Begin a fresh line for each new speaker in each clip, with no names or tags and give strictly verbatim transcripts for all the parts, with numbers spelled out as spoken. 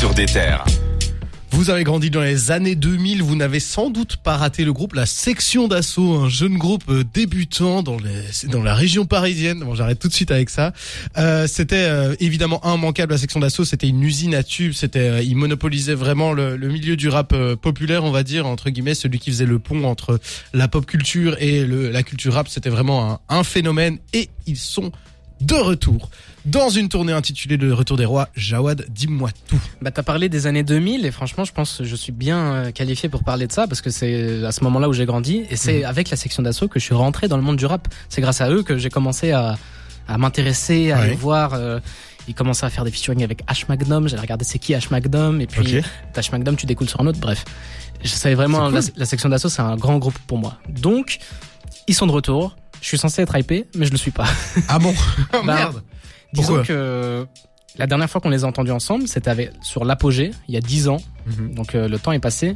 sur des terres.
Vous avez grandi dans les années deux mille, vous n'avez sans doute pas raté le groupe La Section d'Assaut, un jeune groupe débutant dans, les, dans la région parisienne. Bon, j'arrête tout de suite avec ça. Euh, c'était euh, évidemment immanquable, La Section d'Assaut, c'était une usine à tubes, c'était, euh, ils monopolisaient vraiment le, le milieu du rap euh, populaire, on va dire, entre guillemets, celui qui faisait le pont entre la pop culture et le, la culture rap, c'était vraiment un, un phénomène, et ils sont de retour dans une tournée intitulée Le Retour des Rois. Jawad, dis-moi tout.
Bah, t'as parlé des années deux mille et franchement, je pense que je suis bien qualifié pour parler de ça parce que c'est à ce moment-là où j'ai grandi et c'est mmh. avec La Section d'Assaut que je suis rentré dans le monde du rap. C'est grâce à eux que j'ai commencé à, à m'intéresser, à ouais. les voir. Euh, ils commençaient à faire des featuring avec H Magnum. J'allais regarder c'est qui H Magnum et puis okay. H Magnum, tu découles sur un autre. Bref, je savais vraiment cool. la, la Section d'Assaut, c'est un grand groupe pour moi. Donc, ils sont de retour. Je suis censé être hypé, mais je le suis pas.
Ah bon?
bah,
Merde.
Disons
Pourquoi
que la dernière fois qu'on les a entendus ensemble, c'était avec, sur l'apogée, il y a dix ans. Mm-hmm. Donc euh, le temps est passé.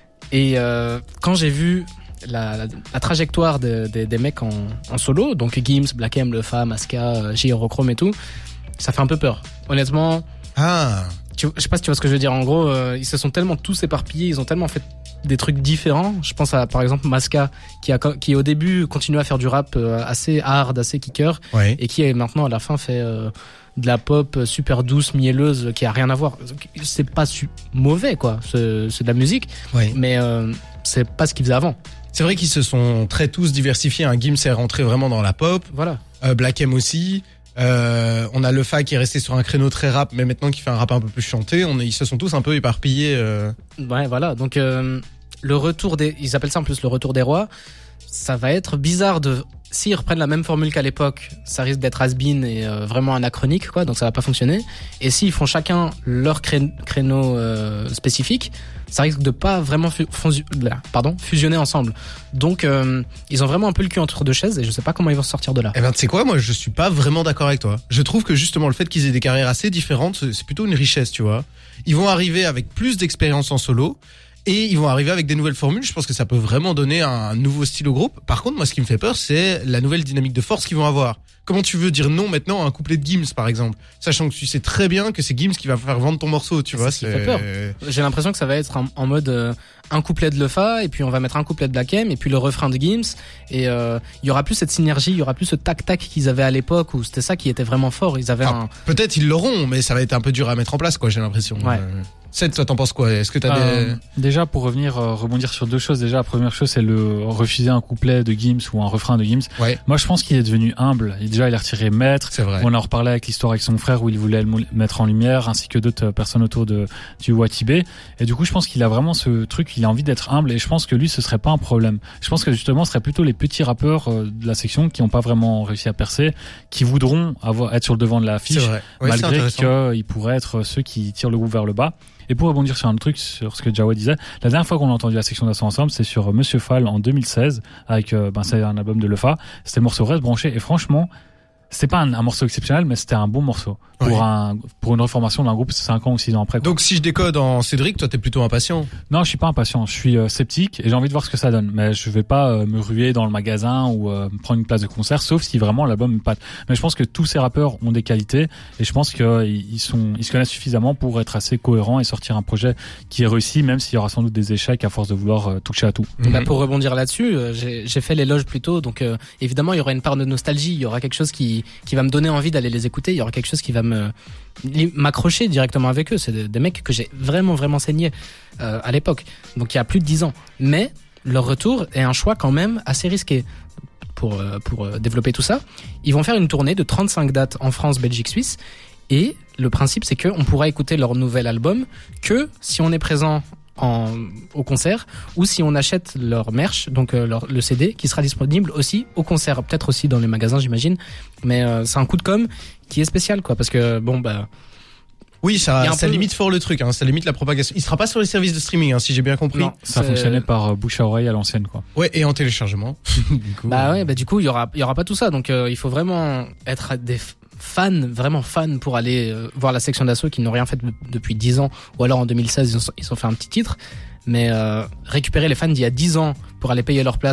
Et euh, quand j'ai vu la, la, la trajectoire de, de, des mecs en, en solo, donc Gims, Black M, Lefa, Maska, Gyrochrome et tout, ça fait un peu peur. Honnêtement,
ah.
tu, je sais pas si tu vois ce que je veux dire. En gros, euh, ils se sont tellement tous éparpillés, ils ont tellement fait des trucs différents. Je pense à par exemple Maska qui a qui au début continuait à faire du rap assez hard, assez kicker
ouais.
et qui maintenant à la fin fait euh, de la pop super douce, mielleuse qui a rien à voir. C'est pas su- mauvais quoi, c'est, c'est de la musique,
ouais.
mais euh, c'est pas ce qu'ils faisaient avant.
C'est vrai qu'ils se sont très tous diversifiés. Un hein. Gims est rentré vraiment dans la pop.
Voilà.
Euh, Black M aussi. Euh, on a Lefa qui est resté sur un créneau très rap, mais maintenant qui fait un rap un peu plus chanté. On est, ils se sont tous un peu éparpillés. Euh...
Ouais, voilà. Donc euh, le retour des, ils appellent ça en plus le retour des rois. Ça va être bizarre de, s'ils reprennent la même formule qu'à l'époque, ça risque d'être has-been et euh, vraiment anachronique, quoi. Donc ça va pas fonctionner. Et s'ils font chacun leur cré- créneau euh, spécifique, ça risque de pas vraiment fu- fonzu- pardon, fusionner ensemble. Donc euh, ils ont vraiment un peu le cul entre deux chaises et je sais pas comment ils vont sortir de là.
Eh ben tu sais quoi, moi je suis pas vraiment d'accord avec toi. Je trouve que justement le fait qu'ils aient des carrières assez différentes, c'est plutôt une richesse, tu vois. Ils vont arriver avec plus d'expérience en solo. Et ils vont arriver avec des nouvelles formules. Je pense que ça peut vraiment donner un nouveau style au groupe. Par contre, moi, ce qui me fait peur, c'est la nouvelle dynamique de force qu'ils vont avoir. Comment tu veux dire non maintenant à un couplet de Gims, par exemple, sachant que tu sais très bien que c'est Gims qui va faire vendre ton morceau, tu
c'est
vois.
Ce qui fait peur. J'ai l'impression que ça va être en, en mode euh, un couplet de Lefa et puis on va mettre un couplet de Black M et puis le refrain de Gims et il euh, y aura plus cette synergie, il y aura plus ce tac tac qu'ils avaient à l'époque où c'était ça qui était vraiment fort. Ils avaient enfin, un.
Peut-être ils l'auront, mais ça va être un peu dur à mettre en place, quoi. J'ai l'impression.
Ouais.
Euh... Seth, toi, t'en penses quoi? Est-ce que t'as
euh,
des...
Déjà, pour revenir, euh, rebondir sur deux choses. Déjà, la première chose, c'est le refuser un couplet de Gims ou un refrain de Gims.
Ouais.
Moi, je pense qu'il est devenu humble. Et déjà, il a retiré Maître.
C'est vrai.
On en reparlait avec l'histoire avec son frère où il voulait le mettre en lumière, ainsi que d'autres personnes autour de, du Watibé. Et du coup, je pense qu'il a vraiment ce truc, il a envie d'être humble. Et je pense que lui, ce serait pas un problème. Je pense que justement, ce serait plutôt les petits rappeurs euh, de la section qui n'ont pas vraiment réussi à percer, qui voudront avoir, être sur le devant de l'affiche,
ouais,
malgré qu'ils pourraient être ceux qui tirent le groupe vers le bas. Et pour rebondir sur un autre truc, sur ce que Jawad disait, la dernière fois qu'on a entendu La Section d'Assaut ensemble, c'est sur Monsieur Fall en deux mille seize, avec, euh, ben, c'est un album de Lefa. C'était le morceau Reste branché, et franchement, c'était pas un, un morceau exceptionnel, mais c'était un bon morceau. Pour
oui.
un, pour une reformation d'un groupe cinq ans ou six ans après, quoi.
Donc, si je décode en Cédric, toi, t'es plutôt impatient?
Non, je suis pas impatient. Je suis euh, sceptique et j'ai envie de voir ce que ça donne. Mais je vais pas euh, me ruer dans le magasin ou euh, prendre une place de concert, sauf si vraiment l'album me pâte. Mais je pense que tous ces rappeurs ont des qualités et je pense qu'ils euh, ils sont, ils se connaissent suffisamment pour être assez cohérents et sortir un projet qui est réussi, même s'il y aura sans doute des échecs à force de vouloir euh, toucher à tout.
Mm-hmm. Bah, pour rebondir là-dessus, euh, j'ai, j'ai fait l'éloge plus tôt, donc euh, évidemment il y aura une part de nostalgie, il y aura quelque chose qui, qui va me donner envie d'aller les écouter, il y aura quelque chose qui va me m'accrocher directement avec eux. C'est des, des mecs que j'ai vraiment vraiment saigné euh, à l'époque, donc il y a plus de dix ans. Mais leur retour est un choix quand même assez risqué pour euh, pour euh, développer tout ça. Ils vont faire une tournée de trente-cinq dates en France, Belgique, Suisse, et le principe c'est que on pourra écouter leur nouvel album que si on est présent en, au concert ou si on achète leur merch, donc euh, leur, le C D qui sera disponible aussi au concert, peut-être aussi dans les magasins j'imagine, mais euh, c'est un coup de com' qui est spécial quoi, parce que bon bah
oui, ça, ça
peu...
limite fort le truc, hein, ça limite la propagation. Il sera pas sur les services de streaming, hein, si j'ai bien compris.
Non,
ça
c'est...
fonctionnait par euh, bouche à oreille à l'ancienne, quoi.
Ouais, et en téléchargement.
du coup, bah ouais, bah du coup il y aura, il y aura pas tout ça, donc euh, il faut vraiment être des fans, vraiment fans pour aller euh, voir La Section d'Assaut qui n'ont rien fait de, depuis dix ans, ou alors en deux mille seize ils ont, ils ont fait un petit titre, mais euh, récupérer les fans d'il y a dix ans pour aller payer leur place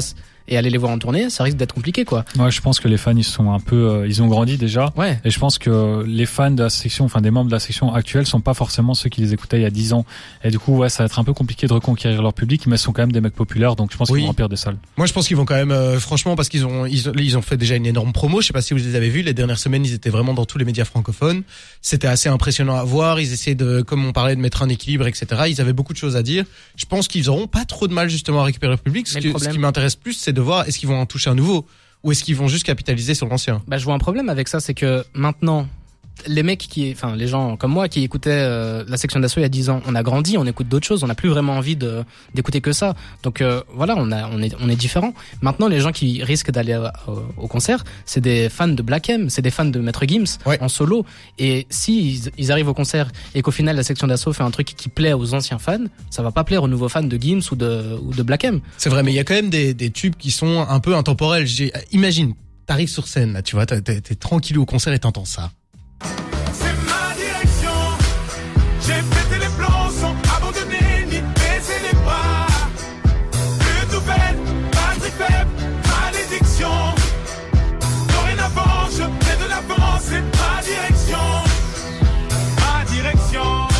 et aller les voir en tournée, ça risque d'être compliqué, quoi.
Moi, je pense que les fans, ils sont un peu, euh, ils ont grandi déjà.
Ouais.
Et je pense que les fans de la section, enfin des membres de la section actuelle, sont pas forcément ceux qui les écoutaient il y a dix ans. Et du coup, ouais, ça va être un peu compliqué de reconquérir leur public, mais ce sont quand même des mecs populaires, donc je pense
Oui.
qu'ils vont remplir des salles.
Moi, je pense qu'ils vont quand même, euh, franchement, parce qu'ils ont, ils, ils ont fait déjà une énorme promo. Je sais pas si vous les avez vus. Les dernières semaines, ils étaient vraiment dans tous les médias francophones. C'était assez impressionnant à voir. Ils essayaient de, comme on parlait, de mettre un équilibre, et cetera. Ils avaient beaucoup de choses à dire. Je pense qu'ils auront pas trop de mal justement à récupérer le public. Ce,
Mais
que,
le
ce
problème-
qui m'intéresse plus, c'est de voir est-ce qu'ils vont en toucher un nouveau ou est-ce qu'ils vont juste capitaliser sur l'ancien.
Bah, je vois un problème avec ça, c'est que maintenant, les mecs qui, enfin, les gens comme moi qui écoutaient euh, la section d'assaut il y a dix ans, on a grandi, on écoute d'autres choses, on n'a plus vraiment envie de d'écouter que ça. Donc euh, voilà, on a, on est, on est différent. Maintenant, les gens qui risquent d'aller au, au concert, c'est des fans de Black M, c'est des fans de Maître Gims
Ouais.
en solo. Et si ils, ils arrivent au concert et qu'au final la section d'assaut fait un truc qui plaît aux anciens fans, ça va pas plaire aux nouveaux fans de Gims ou de ou de Black M.
C'est vrai, mais il y a quand même des, des tubes qui sont un peu intemporels. J'ai, imagine, t'arrives sur scène, là, tu vois, t'es, t'es, t'es tranquille au concert et t'entends ça.
C'est ma direction. J'ai pété les plombs sans abandonner ni baisser les bras. Une nouvelle batterie faible, malédiction. Dorénavant, je fais de l'avant, c'est ma direction. Ma direction.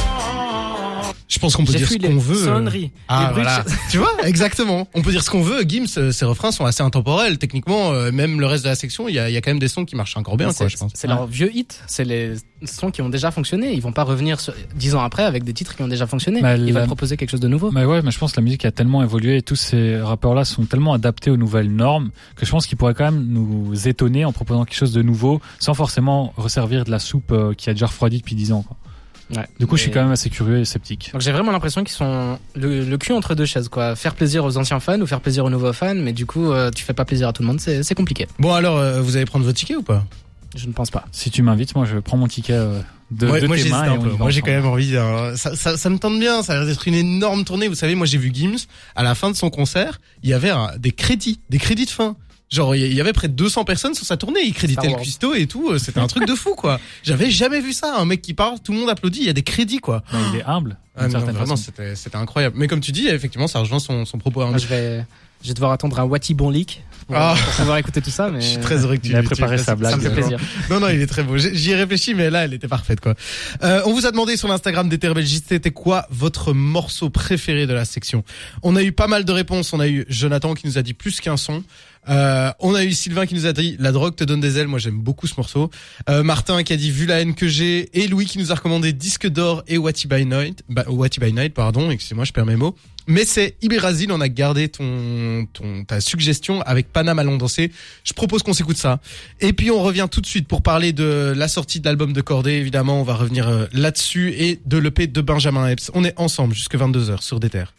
Je pense qu'on peut
J'ai
dire ce
fui
qu'on
les
veut.
sonneries,
Ah
les bruits de
voilà,
ch-
tu vois, exactement. On peut dire ce qu'on veut. Gims, euh, ses refrains sont assez intemporels. Techniquement, euh, même le reste de la section, il y a, il y a quand même des sons qui marchent encore bien, quoi,
C'est
je pense.
c'est leur vieux hit, c'est les sons qui ont déjà fonctionné. Ils vont pas revenir sur- dix ans après avec des titres qui ont déjà fonctionné.
Bah,
Ils
la-
veulent proposer quelque chose de nouveau.
Mais ouais, mais je pense que la musique a tellement évolué et tous ces rappeurs-là sont tellement adaptés aux nouvelles normes que je pense qu'ils pourraient quand même nous étonner en proposant quelque chose de nouveau sans forcément resservir de la soupe euh, qui a déjà refroidi depuis dix ans, quoi.
Ouais.
Du coup, je suis
Et-
quand même assez curieux et sceptique.
Donc j'ai vraiment l'impression qu'ils sont le, le cul entre deux chaises, quoi. Faire plaisir aux anciens fans ou faire plaisir aux nouveaux fans, mais du coup, euh, tu fais pas plaisir à tout le monde, c'est c'est compliqué.
Bon alors, euh, vous allez prendre votre ticket ou pas?
Je ne pense pas.
Si tu m'invites, moi, je prends mon ticket euh, de,
Ouais,
de
moi
tes
j'hésite
mains
un
et on
peu.
y va
Moi j'ai quand
ensemble.
même envie. hein. Ça, ça, ça me tente bien. Ça a l'air d'être une énorme tournée. Vous savez, moi j'ai vu Gims à la fin de son concert. Il y avait un- des crédits, des crédits de fin. Genre il y avait près de deux cents personnes sur sa tournée. Il créditait
Star
le
Wars.
cuistot et tout. C'était un truc de fou, quoi. J'avais jamais vu ça. Un mec qui parle, tout le monde applaudit. Il y a des crédits, quoi.
Non, il est humble,
Ah,
d'une
non,
certaine
vraiment,
façon.
c'était c'était incroyable. Mais comme tu dis, effectivement, ça rejoint son son propos.
Moi, je vais, je vais devoir attendre un Wati bon leak pour,
Ah.
pour pouvoir écouter tout ça, mais
Je suis très heureux que tu
Il a
tu
préparé
fasses
sa
ça.
blague.
ça me fait plaisir.
Non, non, il est très beau. J'ai- J'y ai réfléchi, mais là, elle était parfaite, quoi. Euh, on vous a demandé sur l'Instagram d'Ether Belgique, c'était quoi votre morceau préféré de la section? On a eu pas mal de réponses. On a eu Jonathan qui nous a dit plus qu'un son. Euh, on a eu Sylvain qui nous a dit La drogue te donne des ailes. Moi, j'aime beaucoup ce morceau. Euh, Martin qui a dit Vu la haine que j'ai. Et Louis qui nous a recommandé Disque d'or et Wati by Night. Bah, Wati by Night, pardon. Excusez-moi, je perds mes mots. Mais c'est Ibérazil, on a gardé ton, ton, ta suggestion avec Paname allons danser. Je propose qu'on s'écoute ça. Et puis on revient tout de suite pour parler de la sortie de l'album de Cordé. Évidemment, on va revenir euh, là-dessus et de l'E P de Benjamin Epps. On est ensemble jusque vingt-deux heures sur Des Terres.